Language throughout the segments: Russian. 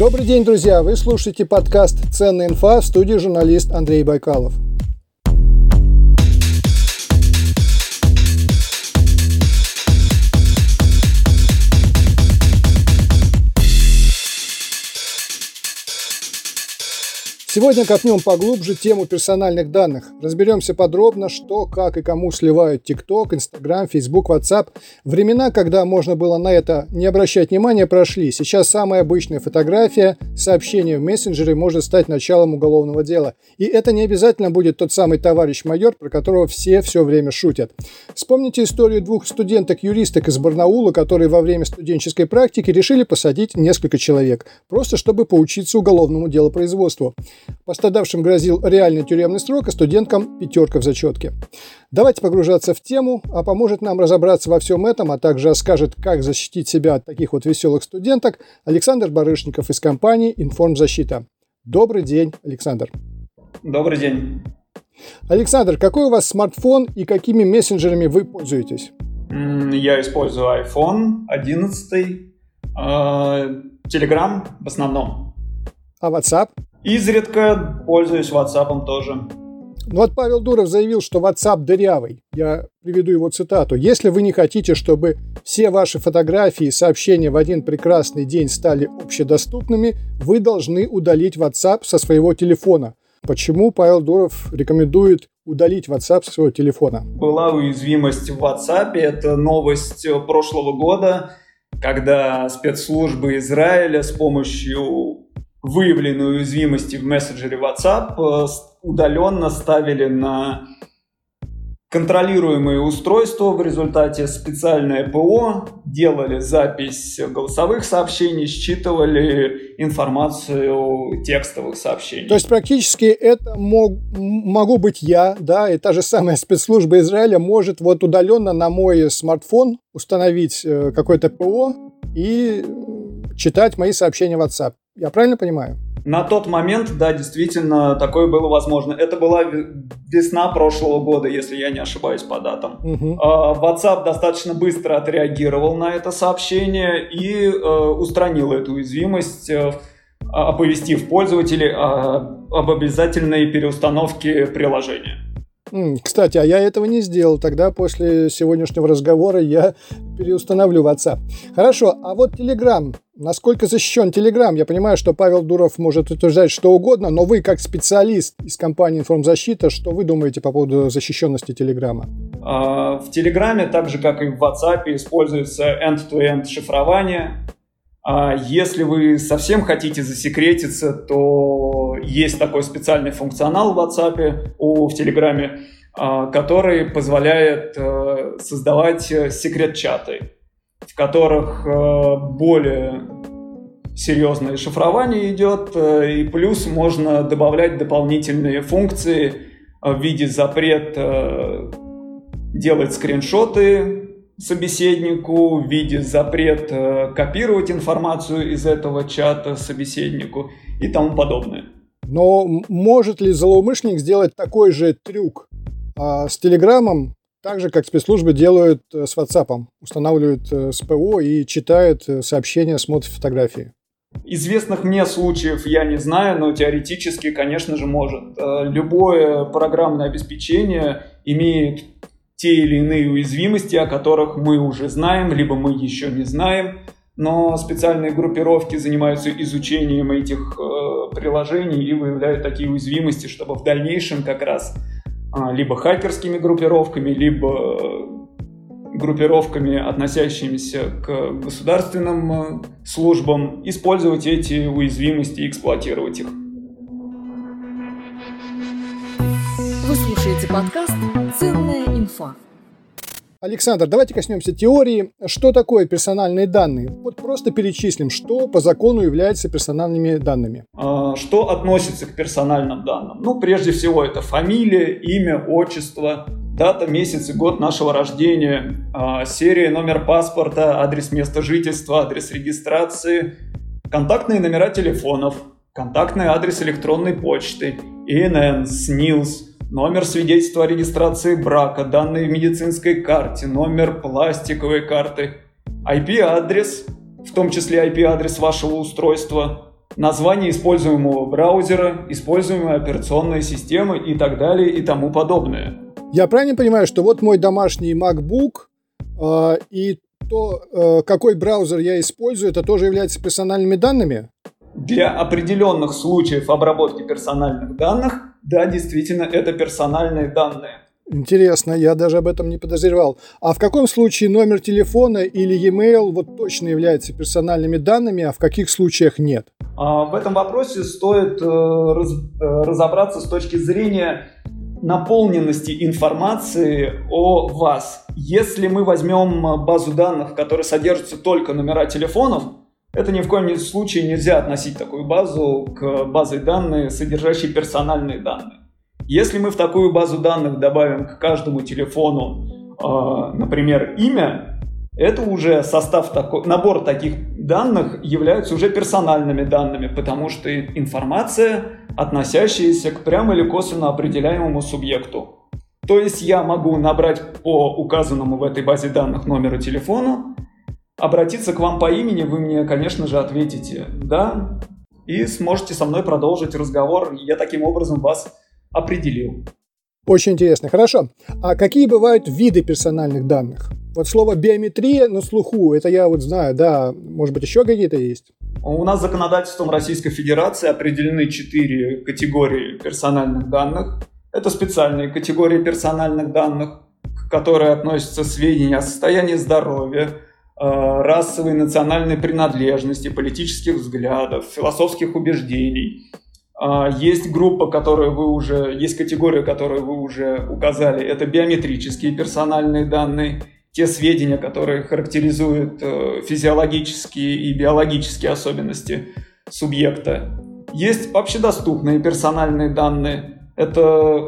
Добрый день, друзья! Вы слушаете подкаст «Ценная инфа», в студии журналист Андрей Байкалов. Сегодня копнем поглубже тему персональных данных. Разберемся подробно, что, как и кому сливают TikTok, Instagram, Facebook, WhatsApp. Времена, когда можно было на это не обращать внимания, прошли. Сейчас самая обычная фотография, сообщение в мессенджере может стать началом уголовного дела. И это не обязательно будет тот самый товарищ майор, про которого все время шутят. Вспомните историю двух студенток-юристок из Барнаула, которые во время студенческой практики решили посадить несколько человек, просто чтобы поучиться уголовному делопроизводству. Пострадавшим грозил реальный тюремный срок, а студенткам 5 в зачетке. Давайте погружаться в тему, а поможет нам разобраться во всем этом, а также расскажет, как защитить себя от таких вот веселых студенток, Александр Барышников из компании «Информзащита». Добрый день, Александр. Добрый день. Александр, какой у вас смартфон и какими мессенджерами вы пользуетесь? Я использую iPhone 11, Telegram в основном. А WhatsApp? Изредка пользуюсь WhatsApp тоже. Ну вот Павел Дуров заявил, что WhatsApp дырявый. Я приведу его цитату. «Если вы не хотите, чтобы все ваши фотографии и сообщения в один прекрасный день стали общедоступными, вы должны удалить WhatsApp со своего телефона». Почему Павел Дуров рекомендует удалить WhatsApp со своего телефона? Была уязвимость в WhatsApp. Это новость прошлого года, когда спецслужбы Израиля с помощью выявленной уязвимости в мессенджере WhatsApp удаленно ставили на контролируемые устройства, в результате специальное ПО, делали запись голосовых сообщений, считывали информацию текстовых сообщений. То есть практически это могу быть я, да, и та же самая спецслужба Израиля может вот удаленно на мой смартфон установить какое-то ПО и читать мои сообщения в WhatsApp. Я правильно понимаю? На тот момент, да, действительно, такое было возможно. Это была весна прошлого года, если я не ошибаюсь по датам. WhatsApp достаточно быстро отреагировал на это сообщение и устранил эту уязвимость, оповестив пользователей об обязательной переустановке приложения. Кстати, а я этого не сделал. Тогда после сегодняшнего разговора я переустановлю WhatsApp. Хорошо, а вот Telegram. Насколько защищен Telegram? Я понимаю, что Павел Дуров может утверждать что угодно, но вы, как специалист из компании «Информзащита», что вы думаете по поводу защищенности Telegram? В Telegram, так же как и в WhatsApp, используется end-to-end шифрование. Если вы совсем хотите засекретиться, то есть такой специальный функционал в WhatsApp, в Telegram, который позволяет создавать секрет-чаты, в которых более серьезное шифрование идет, и плюс можно добавлять дополнительные функции в виде запрета делать скриншоты собеседнику, в виде запрет копировать информацию из этого чата собеседнику и тому подобное. Но может ли злоумышленник сделать такой же трюк с Телеграмом, так же, как спецслужбы делают с WhatsApp? Устанавливают с ПО и читают сообщения, смотрят фотографии. Известных мне случаев я не знаю, но теоретически, конечно же, может. Любое программное обеспечение имеет те или иные уязвимости, о которых мы уже знаем, либо мы еще не знаем, но специальные группировки занимаются изучением этих приложений и выявляют такие уязвимости, чтобы в дальнейшем как раз либо хакерскими группировками, либо группировками, относящимися к государственным службам, использовать эти уязвимости и эксплуатировать их. Вы слушаете подкаст «Ценная инфа». Александр, давайте коснемся теории. Что такое персональные данные? Вот просто перечислим, что по закону является персональными данными. Что относится к персональным данным? Прежде всего, это фамилия, имя, отчество, дата, месяц и год нашего рождения, серия, номер паспорта, адрес места жительства, адрес регистрации, контактные номера телефонов, контактный адрес электронной почты, ИНН, СНИЛС, номер свидетельства о регистрации брака, данные в медицинской карте, номер пластиковой карты, IP-адрес, в том числе IP-адрес вашего устройства, название используемого браузера, используемой операционной системы и так далее и тому подобное. Я правильно понимаю, что вот мой домашний MacBook и то, какой браузер я использую, это тоже является персональными данными? Для определенных случаев обработки персональных данных, да, действительно, это персональные данные. Интересно, я даже об этом не подозревал. А в каком случае номер телефона или e-mail вот точно являются персональными данными, а в каких случаях нет? В этом вопросе стоит разобраться с точки зрения наполненности информации о вас. Если мы возьмем базу данных, в которой содержатся только номера телефонов, это ни в коем случае нельзя относить такую базу к базе данных, содержащей персональные данные. Если мы в такую базу данных добавим к каждому телефону, например, имя, это уже набор таких данных являются уже персональными данными, потому что информация, относящаяся к прямо или косвенно определяемому субъекту. То есть я могу набрать по указанному в этой базе данных номеру телефона, обратиться к вам по имени, вы мне, конечно же, ответите «да», и сможете со мной продолжить разговор, я таким образом вас определил. Очень интересно. Хорошо. А какие бывают виды персональных данных? Вот слово биометрия на слуху, это я вот знаю, да, может быть, еще какие-то есть? У нас законодательством Российской Федерации определены 4 категории персональных данных. Это специальные категории персональных данных, к которым относятся сведения о состоянии здоровья, расовой и национальной принадлежности, политических взглядов, философских убеждений. Есть группа, есть категория, которую вы уже указали, это биометрические персональные данные, те сведения, которые характеризуют физиологические и биологические особенности субъекта. Есть общедоступные персональные данные, это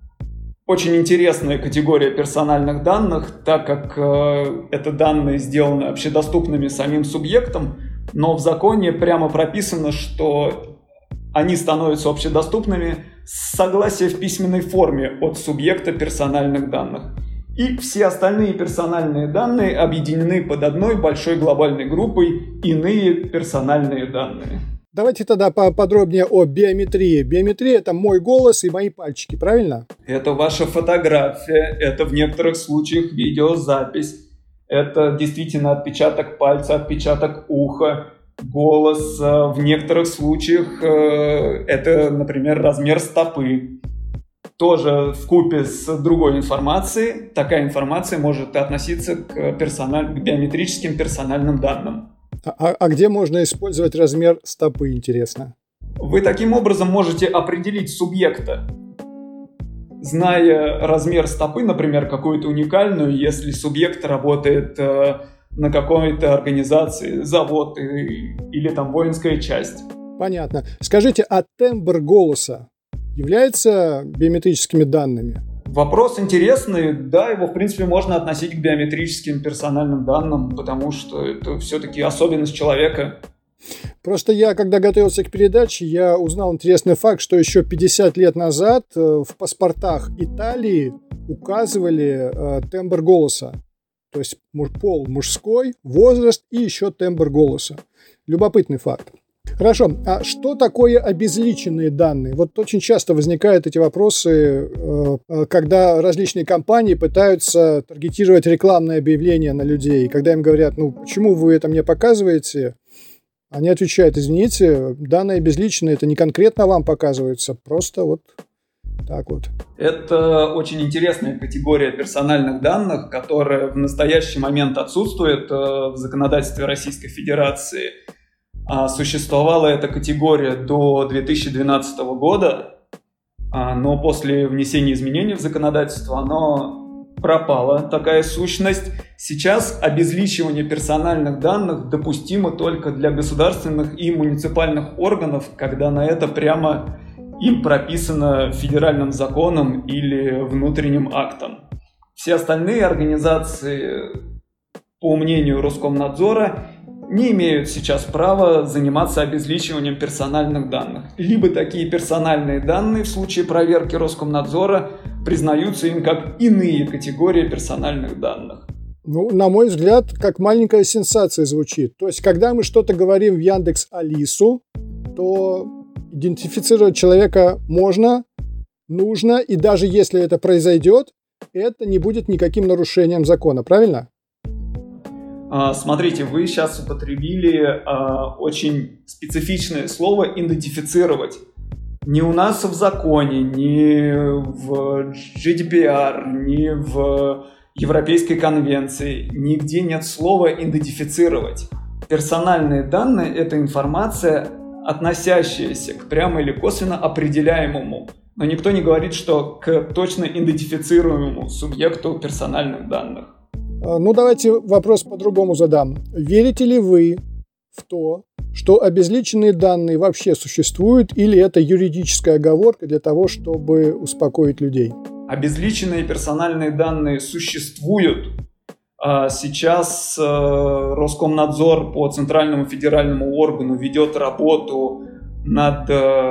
очень интересная категория персональных данных, так как это данные сделаны общедоступными самим субъектом, но в законе прямо прописано, что они становятся общедоступными с согласия в письменной форме от субъекта персональных данных. И все остальные персональные данные объединены под одной большой глобальной группой «иные персональные данные». Давайте тогда поподробнее о биометрии. Биометрия – это мой голос и мои пальчики, правильно? Это ваша фотография, это в некоторых случаях видеозапись, это действительно отпечаток пальца, отпечаток уха, голос. В некоторых случаях это, например, размер стопы. Тоже вкупе с другой информацией, такая информация может относиться к биометрическим персональным данным. А где можно использовать размер стопы, интересно? Вы таким образом можете определить субъекта. Зная размер стопы, например, какую-то уникальную, если субъект работает на какой-то организации, завод или там воинская часть. Понятно. Скажите, а тембр голоса является биометрическими данными? Вопрос интересный. Да, его, в принципе, можно относить к биометрическим персональным данным, потому что это все-таки особенность человека. Просто я, когда готовился к передаче, я узнал интересный факт, что еще 50 лет назад в паспортах Италии указывали тембр голоса. То есть пол мужской, возраст и еще тембр голоса. Любопытный факт. Хорошо, а что такое обезличенные данные? Вот очень часто возникают эти вопросы, когда различные компании пытаются таргетировать рекламные объявления на людей. И когда им говорят, почему вы это мне показываете? Они отвечают, извините, данные обезличенные, это не конкретно вам показываются, просто вот так вот. Это очень интересная категория персональных данных, которая в настоящий момент отсутствует в законодательстве Российской Федерации. Существовала эта категория до 2012 года, но после внесения изменений в законодательство она пропала, такая сущность. Сейчас обезличивание персональных данных допустимо только для государственных и муниципальных органов, когда на это прямо им прописано федеральным законом или внутренним актом. Все остальные организации, по мнению Роскомнадзора, не имеют сейчас права заниматься обезличиванием персональных данных. Либо такие персональные данные в случае проверки Роскомнадзора признаются им как иные категории персональных данных. На мой взгляд, как маленькая сенсация звучит. То есть, когда мы что-то говорим в Яндекс.Алису, то идентифицировать человека можно, нужно, и даже если это произойдет, это не будет никаким нарушением закона, правильно? Смотрите, вы сейчас употребили очень специфичное слово «идентифицировать». Ни у нас в законе, ни в GDPR, ни в Европейской конвенции нигде нет слова «идентифицировать». Персональные данные – это информация, относящаяся к прямо или косвенно определяемому. Но никто не говорит, что к точно идентифицируемому субъекту персональных данных. Ну, давайте вопрос по-другому задам. Верите ли вы в то, что обезличенные данные вообще существуют, или это юридическая оговорка для того, чтобы успокоить людей? Обезличенные персональные данные существуют. Сейчас Роскомнадзор по Центральному федеральному органу ведет работу над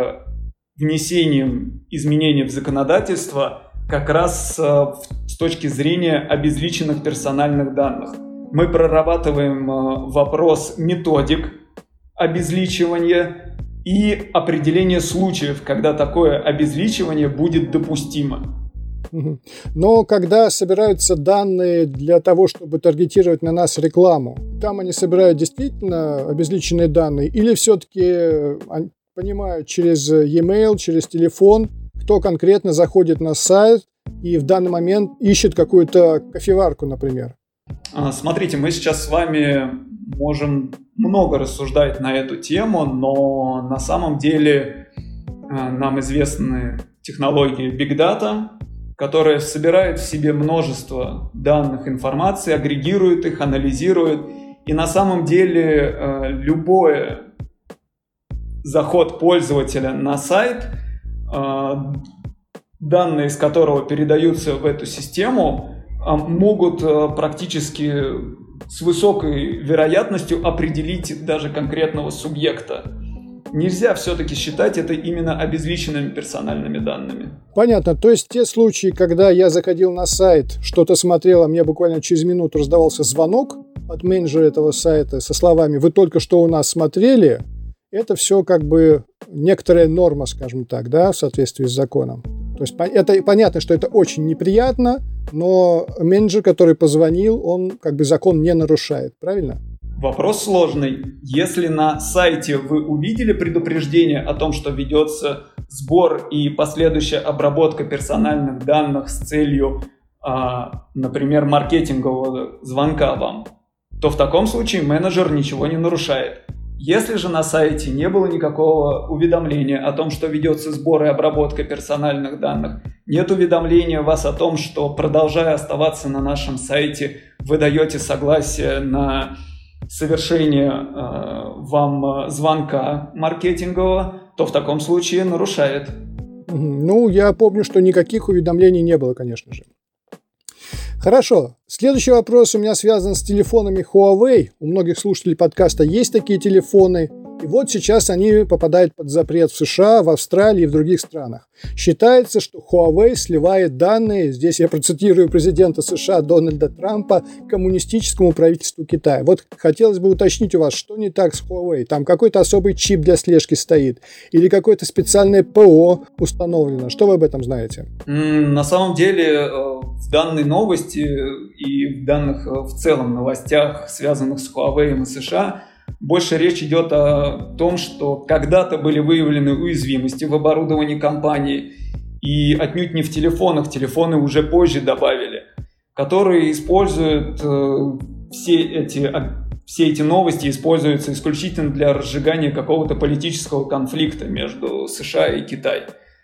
внесением изменений в законодательство как раз с точки зрения обезличенных персональных данных. Мы прорабатываем вопрос методик обезличивания и определения случаев, когда такое обезличивание будет допустимо. Но когда собираются данные для того, чтобы таргетировать на нас рекламу, там они собирают действительно обезличенные данные или все-таки понимают через e-mail, через телефон, кто конкретно заходит на сайт и в данный момент ищет какую-то кофеварку, например? Смотрите, мы сейчас с вами можем много рассуждать на эту тему, но на самом деле нам известны технологии Big Data, которая собирает в себе множество данных, информации, агрегирует их, анализирует. И на самом деле любой заход пользователя на сайт, данные из которого передаются в эту систему, могут практически с высокой вероятностью определить даже конкретного субъекта. Нельзя все-таки считать это именно обезличенными персональными данными. Понятно. То есть те случаи, когда я заходил на сайт, что-то смотрел, а мне буквально через минуту раздавался звонок от менеджера этого сайта со словами «Вы только что у нас смотрели», это все как бы некоторая норма, скажем так, да, в соответствии с законом. То есть это понятно, что это очень неприятно, но менеджер, который позвонил, он как бы закон не нарушает, правильно? Вопрос сложный. Если на сайте вы увидели предупреждение о том, что ведется сбор и последующая обработка персональных данных с целью, например, маркетингового звонка вам, то в таком случае менеджер ничего не нарушает. Если же на сайте не было никакого уведомления о том, что ведется сбор и обработка персональных данных, нет уведомления вас о том, что, продолжая оставаться на нашем сайте, вы даете согласие на совершение вам звонка маркетингового, то в таком случае нарушает. Ну, я помню, что никаких уведомлений не было, конечно же. Хорошо. Следующий вопрос у меня связан с телефонами Huawei. У многих слушателей подкаста есть такие телефоны. И вот сейчас они попадают под запрет в США, в Австралии и в других странах. Считается, что Huawei сливает данные, здесь я процитирую президента США Дональда Трампа, коммунистическому правительству Китая. Вот хотелось бы уточнить у вас, что не так с Huawei? Там какой-то особый чип для слежки стоит? Или какое-то специальное ПО установлено? Что вы об этом знаете? На самом деле, в данной новости и в данных в целом новостях, связанных с Huawei и США, больше речь идет о том, что когда-то были выявлены уязвимости в оборудовании компании, и отнюдь не в телефонах, телефоны уже позже добавили, которые используют все эти новости используются исключительно для разжигания какого-то политического конфликта между США и Китаем.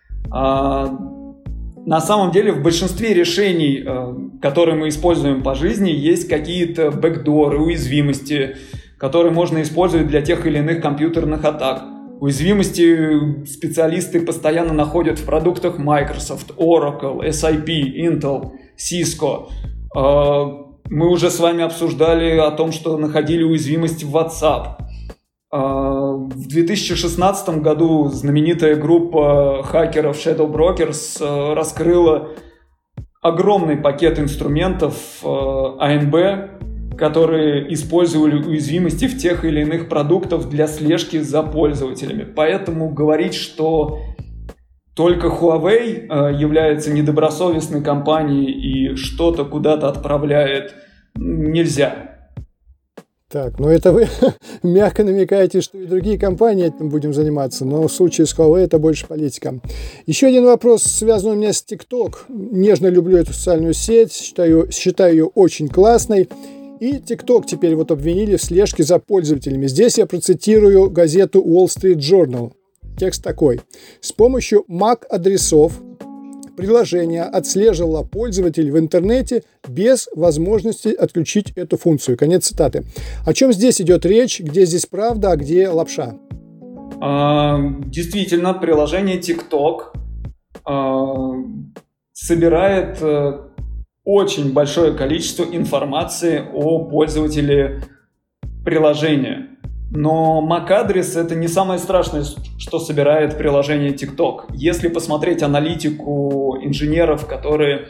На самом деле в большинстве решений, которые мы используем по жизни, есть какие-то бэкдоры, уязвимости, которые можно использовать для тех или иных компьютерных атак. Уязвимости специалисты постоянно находят в продуктах Microsoft, Oracle, SAP, Intel, Cisco. Мы уже с вами обсуждали о том, что находили уязвимость в WhatsApp. В 2016 году знаменитая группа хакеров Shadow Brokers раскрыла огромный пакет инструментов АНБ, которые использовали уязвимости в тех или иных продуктах для слежки за пользователями. Поэтому говорить, что только Huawei является недобросовестной компанией и что-то куда-то отправляет, нельзя. Так, ну это вы мягко намекаете, что и другие компании этим будем заниматься, но в случае с Huawei это больше политика. Еще один вопрос, связан у меня с TikTok. Нежно люблю эту социальную сеть, считаю ее очень классной. И TikTok теперь вот обвинили в слежке за пользователями. Здесь я процитирую газету Wall Street Journal. Текст такой. С помощью MAC-адресов приложение отслеживало пользователей в интернете без возможности отключить эту функцию. Конец цитаты. О чем здесь идет речь? Где здесь правда, а где лапша? Действительно, приложение TikTok собирает очень большое количество информации о пользователе приложения. Но MAC-адрес — это не самое страшное, что собирает приложение TikTok. Если посмотреть аналитику инженеров, которые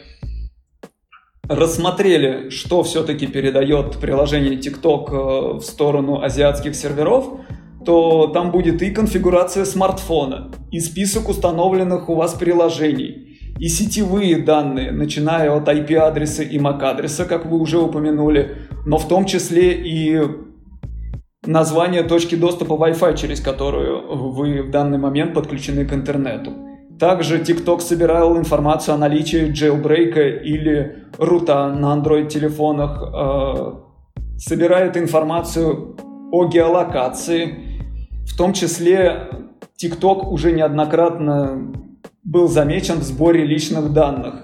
рассмотрели, что все-таки передает приложение TikTok в сторону азиатских серверов, то там будет и конфигурация смартфона, и список установленных у вас приложений, и сетевые данные, начиная от IP-адреса и MAC-адреса, как вы уже упомянули, но в том числе и название точки доступа Wi-Fi, через которую вы в данный момент подключены к интернету. Также TikTok собирал информацию о наличии джейлбрейка или рута на Android-телефонах, собирает информацию о геолокации. В том числе TikTok уже неоднократно был замечен в сборе личных данных.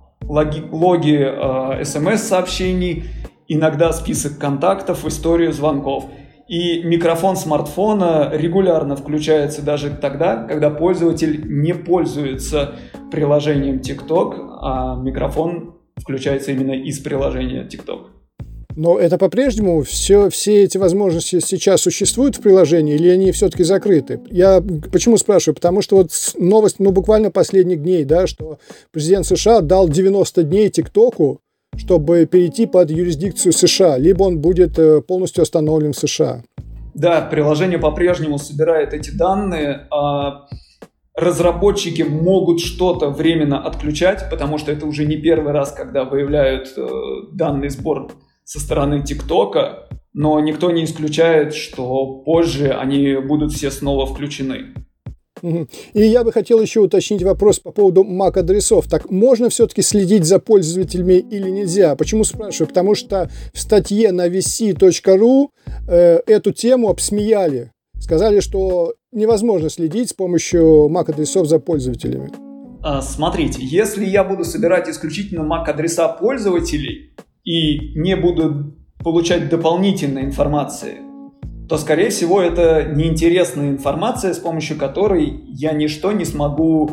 Логи SMS-сообщений, иногда список контактов, историю звонков. И микрофон смартфона регулярно включается даже тогда, когда пользователь не пользуется приложением TikTok, а микрофон включается именно из приложения TikTok. Но это по-прежнему все эти возможности сейчас существуют в приложении или они все-таки закрыты? Я почему спрашиваю? Потому что вот новость, буквально последних дней, да, что президент США дал 90 дней ТикТоку, чтобы перейти под юрисдикцию США, либо он будет полностью остановлен в США. Да, приложение по-прежнему собирает эти данные, а разработчики могут что-то временно отключать, потому что это уже не первый раз, когда выявляют данный сбор со стороны ТикТока, но никто не исключает, что позже они будут все снова включены. И я бы хотел еще уточнить вопрос по поводу MAC-адресов. Так можно все-таки следить за пользователями или нельзя? Почему спрашиваю? Потому что в статье на vc.ru эту тему обсмеяли. Сказали, что невозможно следить с помощью MAC-адресов за пользователями. Смотрите, если я буду собирать исключительно MAC-адреса пользователей и не буду получать дополнительной информации, то, скорее всего, это неинтересная информация, с помощью которой я не смогу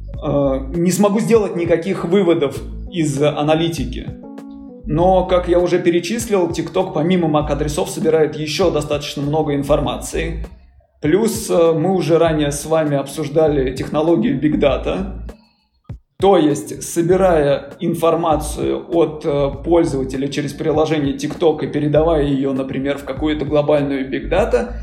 сделать никаких выводов из аналитики. Но, как я уже перечислил, TikTok помимо MAC-адресов собирает еще достаточно много информации. Плюс мы уже ранее с вами обсуждали технологию Big Data. То есть, собирая информацию от пользователя через приложение TikTok и передавая ее, например, в какую-то глобальную Big Data,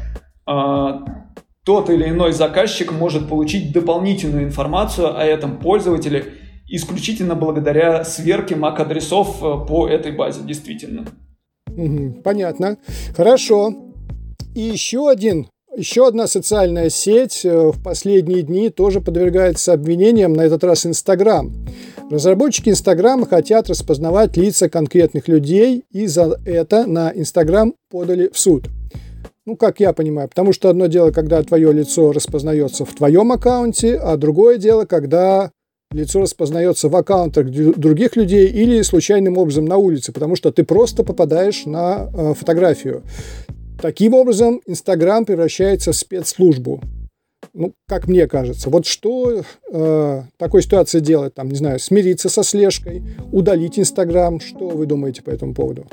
тот или иной заказчик может получить дополнительную информацию о этом пользователе исключительно благодаря сверке MAC-адресов по этой базе, действительно. Понятно. Хорошо. И еще одна социальная сеть в последние дни тоже подвергается обвинениям, на этот раз Instagram. Разработчики Instagram хотят распознавать лица конкретных людей, и за это на Instagram подали в суд. Как я понимаю, потому что одно дело, когда твое лицо распознается в твоем аккаунте, а другое дело, когда лицо распознается в аккаунтах других людей или случайным образом на улице, потому что ты просто попадаешь на фотографию. Таким образом, Инстаграм превращается в спецслужбу. Как мне кажется. Вот что такой ситуации делать? Смириться со слежкой, удалить Инстаграм. Что вы думаете по этому поводу?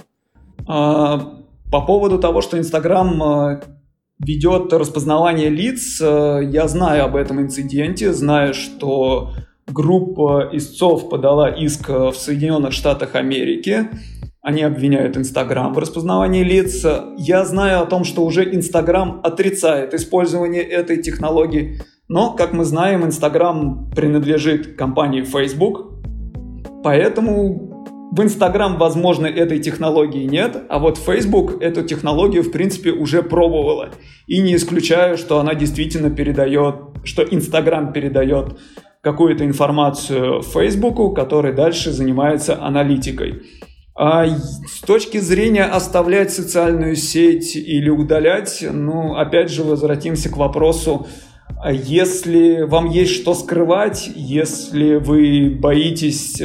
По поводу того, что Инстаграм ведет распознавание лиц, я знаю об этом инциденте, знаю, что группа истцов подала иск в Соединенных Штатах Америки. Они обвиняют Инстаграм в распознавании лиц. Я знаю о том, что уже Инстаграм отрицает использование этой технологии. Но, как мы знаем, Инстаграм принадлежит компании Facebook. Поэтому в Инстаграм, возможно, этой технологии нет. А вот Facebook эту технологию, в принципе, уже пробовала. И не исключаю, что она действительно передает, что Инстаграм передает какую-то информацию Фейсбуку, который дальше занимается аналитикой. А с точки зрения оставлять социальную сеть или удалять, опять же, возвратимся к вопросу, если вам есть что скрывать, если вы боитесь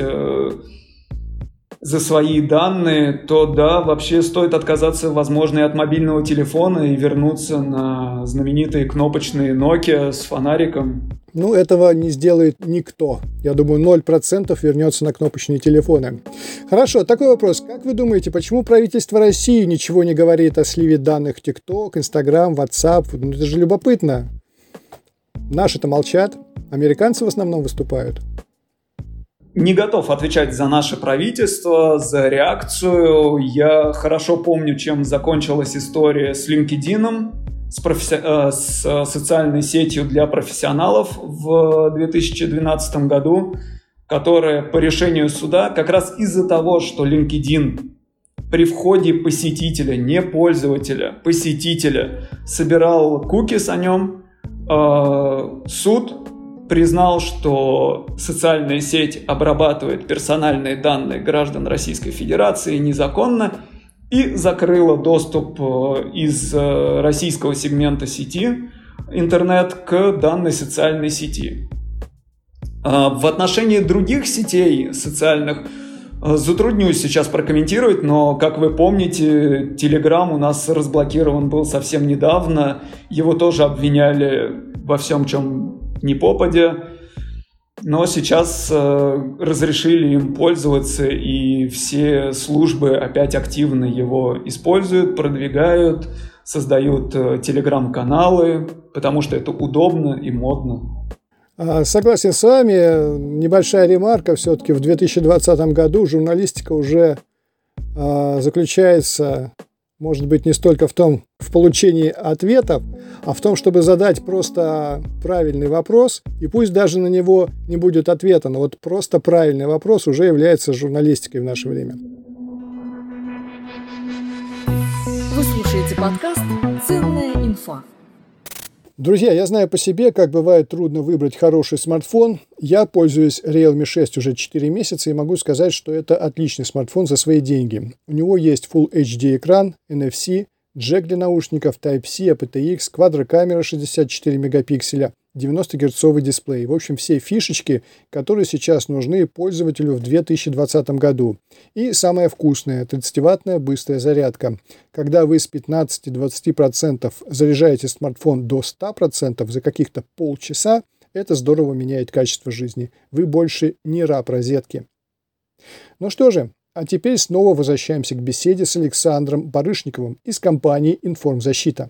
за свои данные, то да, вообще стоит отказаться, возможно, и от мобильного телефона и вернуться на знаменитые кнопочные Nokia с фонариком. Этого не сделает никто. Я думаю, 0% вернется на кнопочные телефоны. Хорошо, такой вопрос. Как вы думаете, почему правительство России ничего не говорит о сливе данных в TikTok, Instagram, WhatsApp? Это же любопытно. Наши-то молчат, американцы в основном выступают. Не готов отвечать за наше правительство, за реакцию. Я хорошо помню, чем закончилась история с LinkedIn, с социальной сетью для профессионалов в 2012 году, которая по решению суда как раз из-за того, что LinkedIn при входе посетителя, не пользователя, посетителя, собирал кукис о нем, суд признал, что социальная сеть обрабатывает персональные данные граждан Российской Федерации незаконно и закрыла доступ из российского сегмента сети интернет к данной социальной сети. В отношении других сетей социальных затруднюсь сейчас прокомментировать, но, как вы помните, Telegram у нас разблокирован был совсем недавно. Его тоже обвиняли во всем, чем не попадя. Но сейчас разрешили им пользоваться, и все службы опять активно его используют, продвигают, создают телеграм-каналы, потому что это удобно и модно. Согласен с вами. Небольшая ремарка. Все-таки в 2020 году журналистика уже заключается, может быть, не столько в получении ответов, а в том, чтобы задать просто правильный вопрос, и пусть даже на него не будет ответа, но вот просто правильный вопрос уже является журналистикой в наше время. Вы слушаете подкаст «Ценная инфа». Друзья, я знаю по себе, как бывает трудно выбрать хороший смартфон. Я пользуюсь Realme 6 уже 4 месяца и могу сказать, что это отличный смартфон за свои деньги. У него есть Full HD экран, NFC, джек для наушников, Type-C, aptX, квадрокамера 64 мегапикселя, 90-герцовый дисплей. В общем, все фишечки, которые сейчас нужны пользователю в 2020 году. И самое вкусное – 30-ваттная быстрая зарядка. Когда вы с 15-20% заряжаете смартфон до 100% за каких-то полчаса, это здорово меняет качество жизни. Вы больше не раб розетки. Ну что же, а теперь снова возвращаемся к беседе с Александром Барышниковым из компании «Информзащита».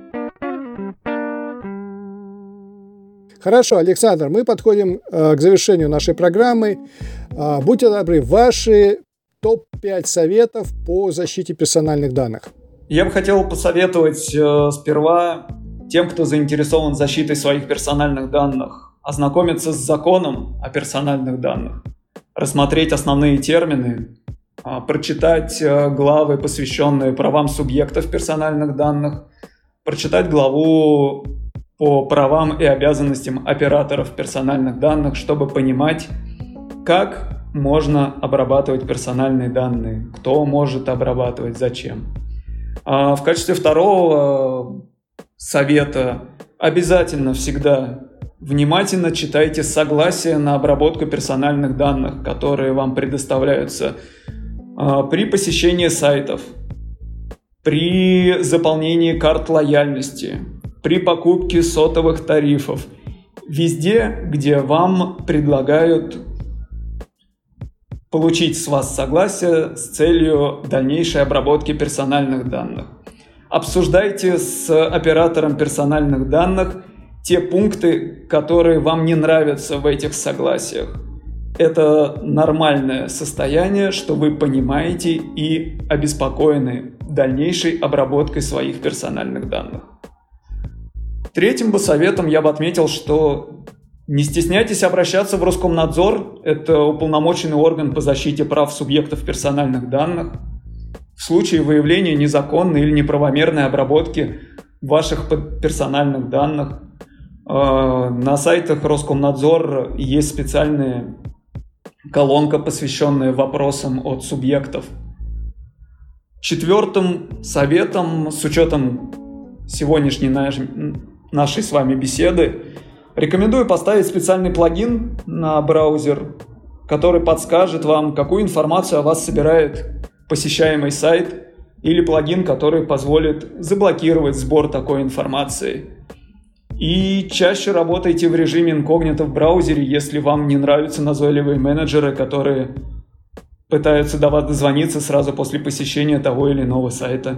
Хорошо, Александр, мы подходим к завершению нашей программы. Будьте добры, ваши топ-5 советов по защите персональных данных. Я бы хотел посоветовать сперва тем, кто заинтересован в защите своих персональных данных, ознакомиться с законом о персональных данных, рассмотреть основные термины, прочитать главы, посвященные правам субъектов персональных данных, прочитать главу по правам и обязанностям операторов персональных данных, чтобы понимать, как можно обрабатывать персональные данные, кто может обрабатывать, зачем. В качестве второго совета обязательно всегда внимательно читайте согласия на обработку персональных данных, которые вам предоставляются при посещении сайтов, при заполнении карт лояльности, при покупке сотовых тарифов, везде, где вам предлагают получить с вас согласие с целью дальнейшей обработки персональных данных. Обсуждайте с оператором персональных данных те пункты, которые вам не нравятся в этих согласиях. Это нормальное состояние, что вы понимаете и обеспокоены дальнейшей обработкой своих персональных данных. Третьим бы советом я бы отметил, что не стесняйтесь обращаться в Роскомнадзор. Это уполномоченный орган по защите прав субъектов персональных данных. В случае выявления незаконной или неправомерной обработки ваших персональных данных на сайтах Роскомнадзора есть специальная колонка, посвященная вопросам от субъектов. Четвертым советом, с учетом сегодняшней нашей с вами беседы, рекомендую поставить специальный плагин на браузер, который подскажет вам, какую информацию о вас собирает посещаемый сайт, или плагин, который позволит заблокировать сбор такой информации. И чаще работайте в режиме инкогнито в браузере, если вам не нравятся назойливые менеджеры, которые пытаются до вас дозвониться сразу после посещения того или иного сайта.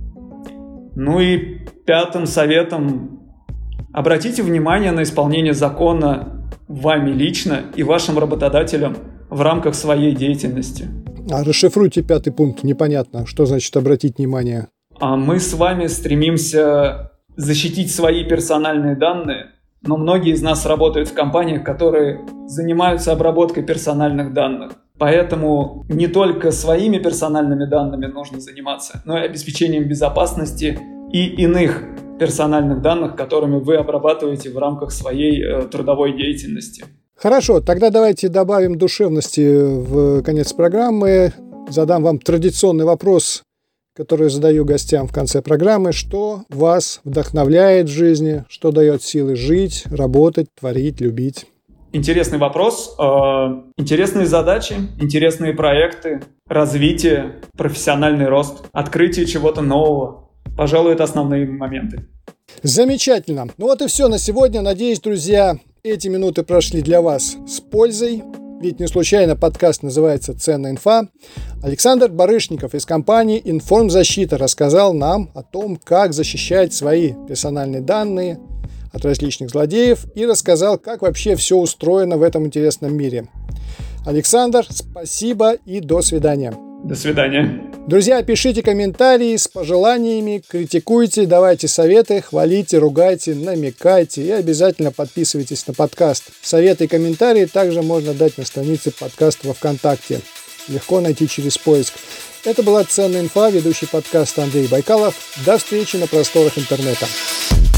Ну и пятым советом: обратите внимание на исполнение закона вами лично и вашим работодателем в рамках своей деятельности. А расшифруйте пятый пункт, непонятно, что значит обратить внимание. А мы с вами стремимся защитить свои персональные данные, но многие из нас работают в компаниях, которые занимаются обработкой персональных данных. Поэтому не только своими персональными данными нужно заниматься, но и обеспечением безопасности и иных персональных данных, которыми вы обрабатываете в рамках своей трудовой деятельности. Хорошо, тогда давайте добавим душевности в конец программы. Задам вам традиционный вопрос, который задаю гостям в конце программы. Что вас вдохновляет в жизни? Что дает силы жить, работать, творить, любить? Интересный вопрос. Интересные задачи, интересные проекты, развитие, профессиональный рост, открытие чего-то нового. Пожалуй, это основные моменты. Замечательно. Ну вот и все на сегодня. Надеюсь, друзья, эти минуты прошли для вас с пользой. Ведь не случайно подкаст называется «Ценная инфа». Александр Барышников из компании «Информзащита» рассказал нам о том, как защищать свои персональные данные от различных злодеев и рассказал, как вообще все устроено в этом интересном мире. Александр, спасибо и до свидания. До свидания. Друзья, пишите комментарии с пожеланиями, критикуйте, давайте советы, хвалите, ругайте, намекайте и обязательно подписывайтесь на подкаст. Советы и комментарии также можно дать на странице подкаста во ВКонтакте. Легко найти через поиск. Это была «Ценная инфа», ведущий подкаста Андрей Байкалов. До встречи на просторах интернета.